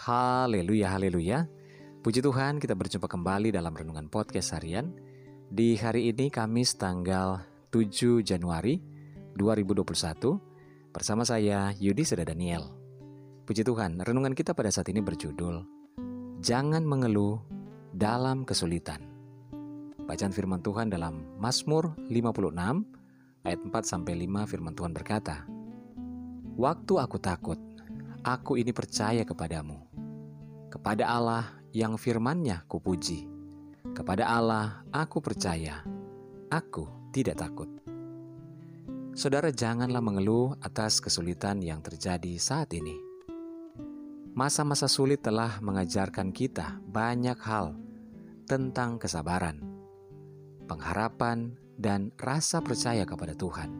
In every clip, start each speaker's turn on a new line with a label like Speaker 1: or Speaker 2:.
Speaker 1: Haleluya, haleluya. Puji Tuhan, kita berjumpa kembali dalam Renungan Podcast Harian. Di hari ini Kamis tanggal 7 Januari 2021 bersama saya Yudi Seda Daniel. Puji Tuhan, renungan kita pada saat ini berjudul Jangan mengeluh dalam kesulitan. Bacaan firman Tuhan dalam Mazmur 56 ayat 4-5 firman Tuhan berkata, Waktu aku takut, aku ini percaya kepadamu. Kepada Allah yang firman-Nya kupuji. Kepada Allah aku percaya, aku tidak takut. Saudara, janganlah mengeluh atas kesulitan yang terjadi saat ini. Masa-masa sulit telah mengajarkan kita banyak hal tentang kesabaran, pengharapan, dan rasa percaya kepada Tuhan.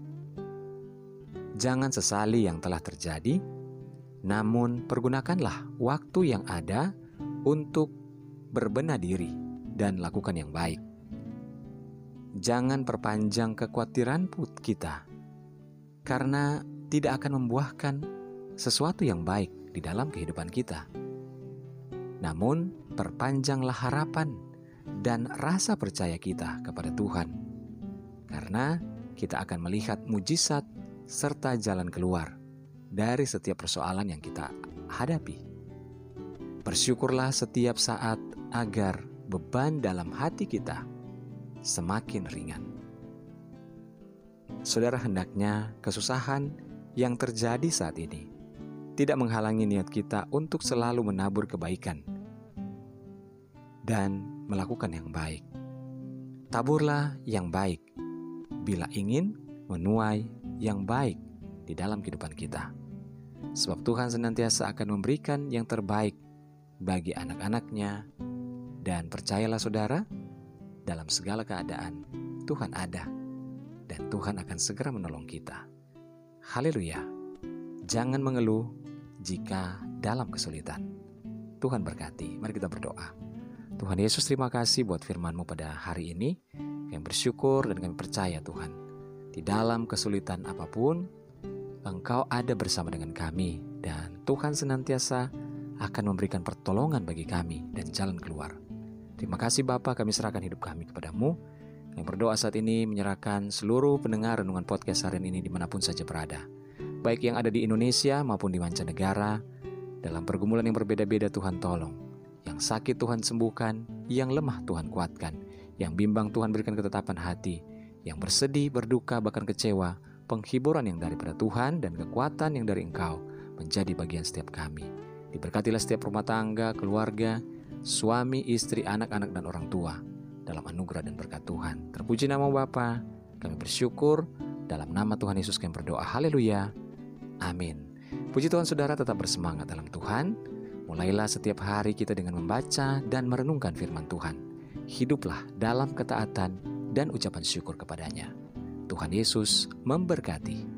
Speaker 1: Jangan sesali yang telah terjadi, namun pergunakanlah waktu yang ada untuk berbenah diri dan lakukan yang baik. Jangan perpanjang kekhawatiran kita, karena tidak akan membuahkan sesuatu yang baik di dalam kehidupan kita. Namun, perpanjanglah harapan dan rasa percaya kita kepada Tuhan, karena kita akan melihat mujizat serta jalan keluar dari setiap persoalan yang kita hadapi. Bersyukurlah setiap saat agar beban dalam hati kita semakin ringan. Saudara, hendaknya kesusahan yang terjadi saat ini tidak menghalangi niat kita untuk selalu menabur kebaikan dan melakukan yang baik. Taburlah yang baik bila ingin menuai yang baik di dalam kehidupan kita. Sebab Tuhan senantiasa akan memberikan yang terbaik bagi anak-anak-Nya. Dan percayalah saudara, dalam segala keadaan Tuhan ada dan Tuhan akan segera menolong kita. Haleluya. Jangan mengeluh jika dalam kesulitan. Tuhan berkati. Mari kita berdoa. Tuhan Yesus, terima kasih buat firman-Mu pada hari ini. Kami bersyukur dan kami percaya Tuhan, di dalam kesulitan apapun, Engkau ada bersama dengan kami, dan Tuhan senantiasa akan memberikan pertolongan bagi kami dan jalan keluar. Terima kasih Bapa, kami serahkan hidup kami kepadamu. Yang berdoa saat ini menyerahkan seluruh pendengar renungan podcast harian ini dimanapun saja berada, baik yang ada di Indonesia maupun di mancanegara. Dalam pergumulan yang berbeda-beda, Tuhan tolong. Yang sakit Tuhan sembuhkan, yang lemah Tuhan kuatkan, yang bimbang Tuhan berikan ketetapan hati, yang bersedih, berduka, bahkan kecewa, penghiburan yang daripada Tuhan dan kekuatan yang dari Engkau menjadi bagian setiap kami. Diberkatilah setiap rumah tangga, keluarga, suami, istri, anak-anak, dan orang tua dalam anugerah dan berkat Tuhan. Terpuji nama Bapa, kami bersyukur dalam nama Tuhan Yesus kami berdoa. Haleluya. Amin. Puji Tuhan, saudara, tetap bersemangat dalam Tuhan. Mulailah setiap hari kita dengan membaca dan merenungkan firman Tuhan. Hiduplah dalam ketaatan dan ucapan syukur kepadanya. Tuhan Yesus memberkati.